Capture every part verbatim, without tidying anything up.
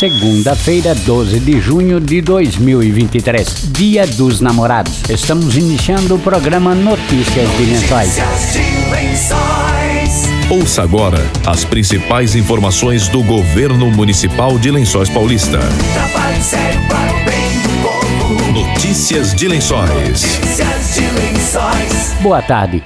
Segunda-feira, doze de junho de dois mil e vinte e três, Dia dos Namorados. Estamos iniciando o programa Notícias de Lençóis. Ouça agora as principais informações do governo municipal de Lençóis Paulista. Notícias de Lençóis. Boa tarde.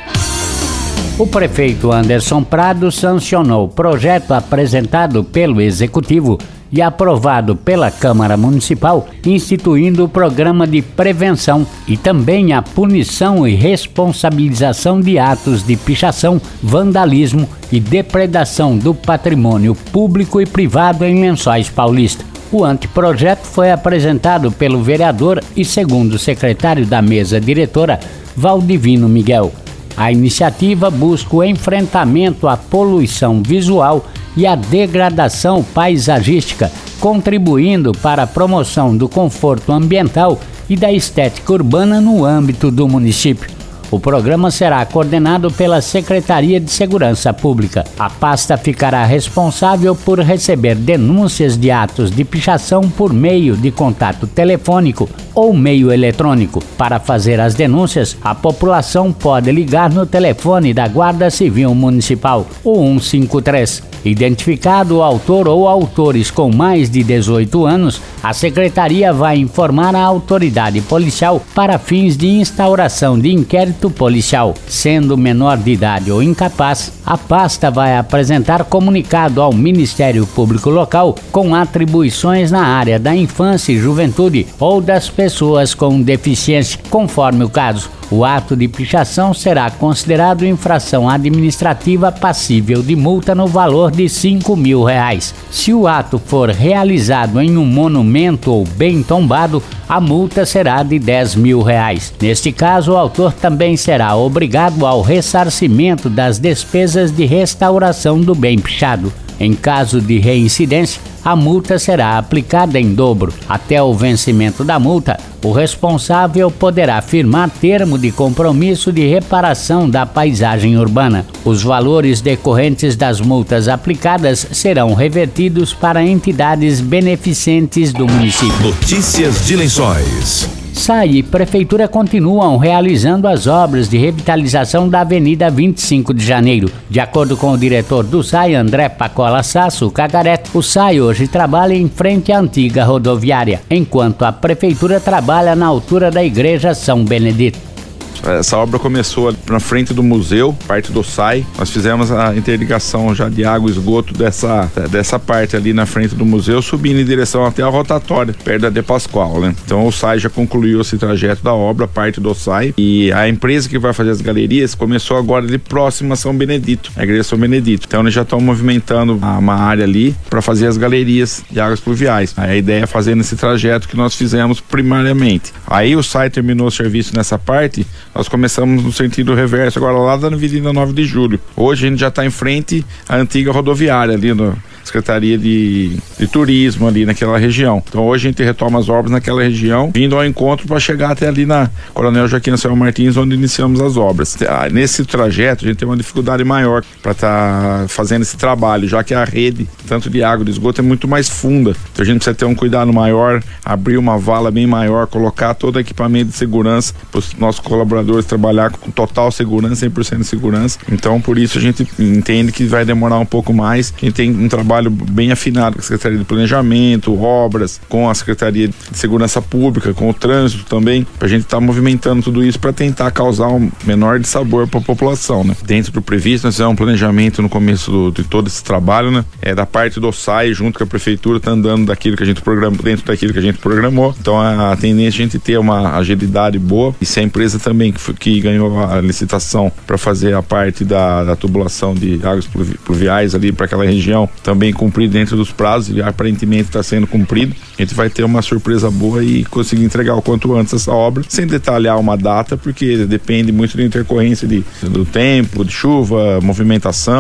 O prefeito Anderson Prado sancionou o projeto apresentado pelo Executivo e aprovado pela Câmara Municipal, instituindo o programa de prevenção e também a punição e responsabilização de atos de pichação, vandalismo e depredação do patrimônio público e privado em Lençóis Paulista. O anteprojeto foi apresentado pelo vereador e segundo secretário da mesa diretora, Valdivino Miguel. A iniciativa busca o enfrentamento à poluição visual e à degradação paisagística, contribuindo para a promoção do conforto ambiental e da estética urbana no âmbito do município. O programa será coordenado pela Secretaria de Segurança Pública. A pasta ficará responsável por receber denúncias de atos de pichação por meio de contato telefônico ou meio eletrônico. Para fazer as denúncias, a população pode ligar no telefone da Guarda Civil Municipal, o cento e cinquenta e três. Identificado o autor ou autores com mais de dezoito anos, a Secretaria vai informar a autoridade policial para fins de instauração de inquérito policial. Sendo menor de idade ou incapaz, a pasta vai apresentar comunicado ao Ministério Público Local com atribuições na área da infância e juventude ou das pessoas com deficiência, conforme o caso. O ato de pichação será considerado infração administrativa passível de multa no valor de cinco mil reais. Se o ato for realizado em um monumento ou bem tombado, a multa será de dez mil reais. Neste caso, o autor também será obrigado ao ressarcimento das despesas de restauração do bem pichado. Em caso de reincidência, a multa será aplicada em dobro. Até o vencimento da multa, o responsável poderá firmar termo de compromisso de reparação da paisagem urbana. Os valores decorrentes das multas aplicadas serão revertidos para entidades beneficentes do município. Notícias de Lençóis. S A I e Prefeitura continuam realizando as obras de revitalização da Avenida vinte e cinco de janeiro. De acordo com o diretor do S A I, André Pacola Sasso Cagarete, o S A I hoje trabalha em frente à antiga rodoviária, enquanto a Prefeitura trabalha na altura da Igreja São Benedito. Essa obra começou na frente do museu, parte do S A I. Nós fizemos a interligação já de água e esgoto dessa, dessa parte ali na frente do museu, subindo em direção até a rotatória, perto da De Pascoal, né? Então o S A I já concluiu esse trajeto da obra, parte do S A I. E a empresa que vai fazer as galerias começou agora ali próximo a São Benedito, a igreja São Benedito. Então eles já estão movimentando uma área ali para fazer as galerias de águas pluviais. Aí a ideia é fazer nesse trajeto que nós fizemos primariamente. Aí o S A I terminou o serviço nessa parte. Nós começamos no sentido reverso, agora lá da Avenida nove de julho. Hoje a gente já está em frente à antiga rodoviária, ali na Secretaria de, de Turismo, ali naquela região. Então hoje a gente retoma as obras naquela região, vindo ao encontro para chegar até ali na Coronel Joaquim Anselmo Martins, onde iniciamos as obras. Ah, nesse trajeto a gente tem uma dificuldade maior para estar tá fazendo esse trabalho, já que a rede, tanto de água e de esgoto, é muito mais funda. Então a gente precisa ter um cuidado maior, abrir uma vala bem maior, colocar todo o equipamento de segurança para os nossos colaboradores trabalhar com total segurança, cem por cento de segurança. Então por isso a gente entende que vai demorar um pouco mais. A gente tem um trabalho bem afinado com a Secretaria de Planejamento, obras, com a Secretaria de Segurança Pública, com o trânsito também, para a gente estar tá movimentando tudo isso para tentar causar um menor dissabor para a população, né? Dentro do previsto, nós fizemos um planejamento no começo do, de todo esse trabalho, né? É da parte do S A I, junto com a Prefeitura, tá andando daquilo que a gente programou, dentro daquilo que a gente programou. Então a, a tendência é a gente ter uma agilidade boa, e se a empresa também que, que ganhou a licitação para fazer a parte da, da tubulação de águas pluviais ali para aquela região, também cumprir dentro dos prazos, e aparentemente está sendo cumprido. A gente vai ter uma surpresa boa e conseguir entregar o quanto antes essa obra, sem detalhar uma data, porque depende muito da intercorrência de, do tempo, de chuva, movimentação,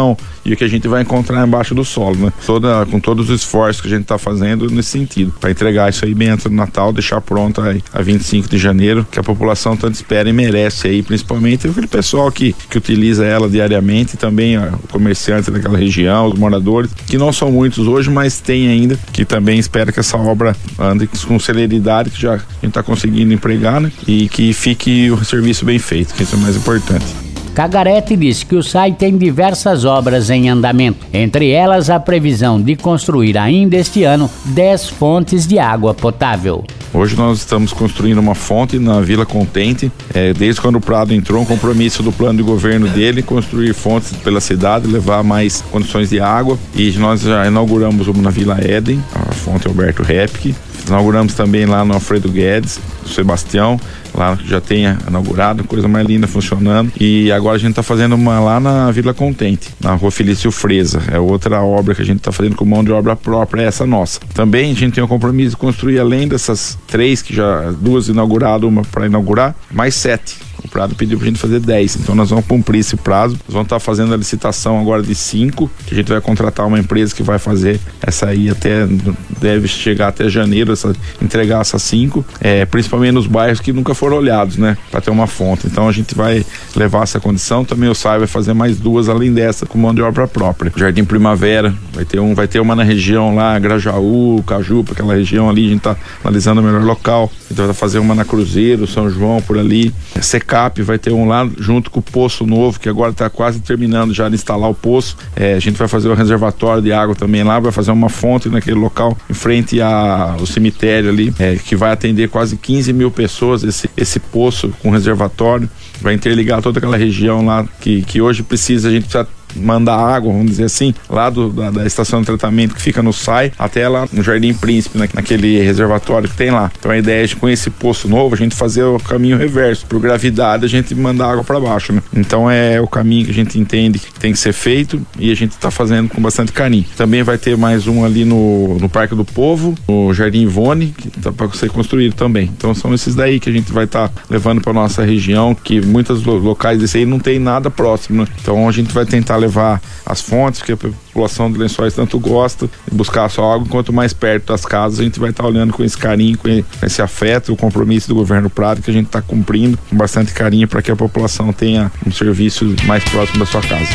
e o que a gente vai encontrar embaixo do solo, né? Toda, com todos os esforços que a gente está fazendo nesse sentido, para entregar isso aí bem antes do Natal, deixar pronto aí a vinte e cinco de janeiro, que a população tanto espera e merece aí, principalmente aquele pessoal que, que utiliza ela diariamente, e também ó, o comerciante daquela região, os moradores, que não são muitos hoje, mas tem ainda, que também espera que essa obra ande com celeridade, que já a gente está conseguindo empregar, né? E que fique o serviço bem feito, que isso é o mais importante. Cagarete disse que o S A I tem diversas obras em andamento, entre elas a previsão de construir ainda este ano dez fontes de água potável. Hoje nós estamos construindo uma fonte na Vila Contente, é, desde quando o Prado entrou, um compromisso do plano de governo dele, construir fontes pela cidade, levar mais condições de água, e nós já inauguramos uma na Vila Éden, a fonte Alberto Repke, inauguramos também lá no Alfredo Guedes, do Sebastião, lá já tenha inaugurado, coisa mais linda funcionando, e agora a gente está fazendo uma lá na Vila Contente, na Rua Felício Freza, é outra obra que a gente está fazendo com mão de obra própria, é essa nossa. Também a gente tem o compromisso de construir, além dessas três, que já duas inauguradas, uma para inaugurar, mais sete. O Prado pediu pra gente fazer dez, então nós vamos cumprir esse prazo. Nós vamos estar fazendo a licitação agora de cinco, que a gente vai contratar uma empresa que vai fazer essa aí até, deve chegar até janeiro, essa, entregar essas cinco, é, principalmente nos bairros que nunca foram olhados, né, para ter uma fonte. Então a gente vai levar essa condição. Também o S A I vai fazer mais duas além dessa, com mão de obra própria. Jardim Primavera, vai ter um, vai ter uma na região lá, Grajaú, Cajupa, aquela região ali, a gente tá analisando o melhor local. Então vai fazer uma na Cruzeiro, São João, por ali. Secap vai ter um lá junto com o Poço Novo, que agora está quase terminando já de instalar o poço. É, a gente vai fazer um reservatório de água também lá, vai fazer uma fonte naquele local, em frente ao cemitério ali, é, que vai atender quase quinze mil pessoas, esse, esse poço com reservatório. Vai interligar toda aquela região lá que, que hoje precisa, a gente precisa mandar água, vamos dizer assim, lá do, da, da estação de tratamento que fica no S A I até lá no Jardim Príncipe, na, naquele reservatório que tem lá. Então a ideia é de, com esse poço novo, a gente fazer o caminho reverso, por gravidade a gente mandar água para baixo, né? Então é o caminho que a gente entende que tem que ser feito e a gente está fazendo com bastante carinho. Também vai ter mais um ali no, no Parque do Povo, no Jardim Ivone, que está para ser construído também. Então são esses daí que a gente vai estar tá levando para nossa região, que muitos locais desse aí não tem nada próximo, né? Então a gente vai tentar levar as fontes, que a população de Lençóis tanto gosta de buscar a sua água. Quanto mais perto das casas, a gente vai estar tá olhando com esse carinho, com esse afeto, o compromisso do governo Prado, que a gente está cumprindo com bastante carinho para que a população tenha um serviço mais próximo da sua casa.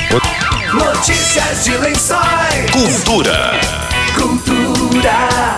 Notícias de Lençóis. Cultura. Cultura.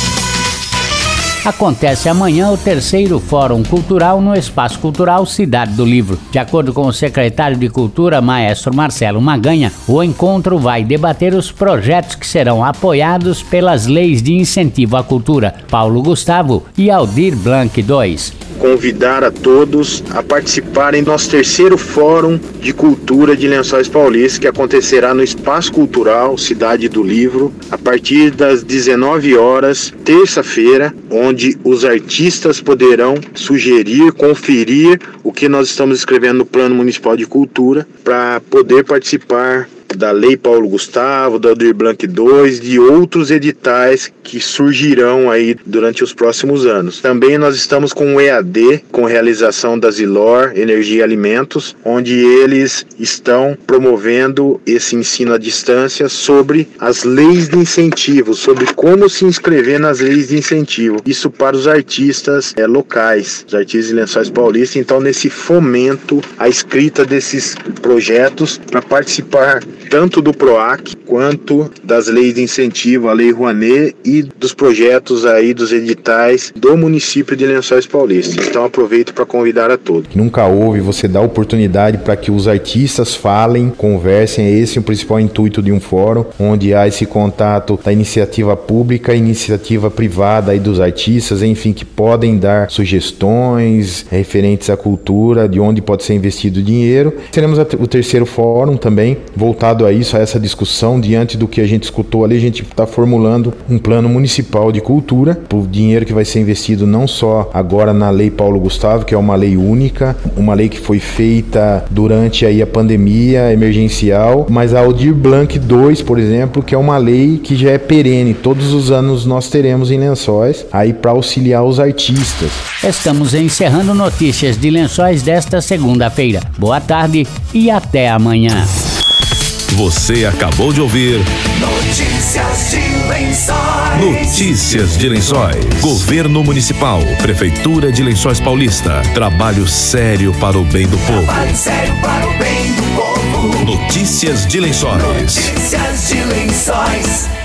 Acontece amanhã o terceiro Fórum Cultural no Espaço Cultural Cidade do Livro. De acordo com o secretário de Cultura, maestro Marcelo Maganha, o encontro vai debater os projetos que serão apoiados pelas leis de incentivo à cultura Paulo Gustavo e Aldir Blanc dois. Convidar a todos a participarem do nosso terceiro Fórum de Cultura de Lençóis Paulista, que acontecerá no Espaço Cultural Cidade do Livro, a partir das dezenove horas, terça-feira, onde os artistas poderão sugerir, conferir o que nós estamos escrevendo no Plano Municipal de Cultura para poder participar da Lei Paulo Gustavo, da Aldir Blanc dois, de outros editais que surgirão aí durante os próximos anos. Também nós estamos com o E A D, com realização da Zilor, Energia e Alimentos, onde eles estão promovendo esse ensino à distância sobre as leis de incentivo, sobre como se inscrever nas leis de incentivo. Isso para os artistas é, locais, os artistas de Lençóis Paulista. Então, nesse fomento à escrita desses projetos para participar tanto do PROAC quanto das leis de incentivo, a Lei Rouanet e dos projetos aí dos editais do município de Lençóis Paulista. Então aproveito para convidar a todos. Nunca houve, você dá oportunidade para que os artistas falem, conversem, é esse o principal intuito de um fórum, onde há esse contato da iniciativa pública, iniciativa privada aí dos artistas, enfim, que podem dar sugestões referentes à cultura, de onde pode ser investido o dinheiro. Teremos o terceiro fórum também, voltado a isso, a essa discussão, diante do que a gente escutou ali, a gente está formulando um plano municipal de cultura, o dinheiro que vai ser investido não só agora na Lei Paulo Gustavo, que é uma lei única, uma lei que foi feita durante aí a pandemia emergencial, mas a Aldir Blanc dois, por exemplo, que é uma lei que já é perene, todos os anos nós teremos em Lençóis, aí para auxiliar os artistas. Estamos encerrando notícias de Lençóis desta segunda-feira. Boa tarde e até amanhã. Você acabou de ouvir Notícias de Lençóis. Notícias de Lençóis. Governo Municipal, Prefeitura de Lençóis Paulista. Trabalho sério para o bem do povo. Trabalho sério para o bem do povo. Notícias de Lençóis. Notícias de Lençóis.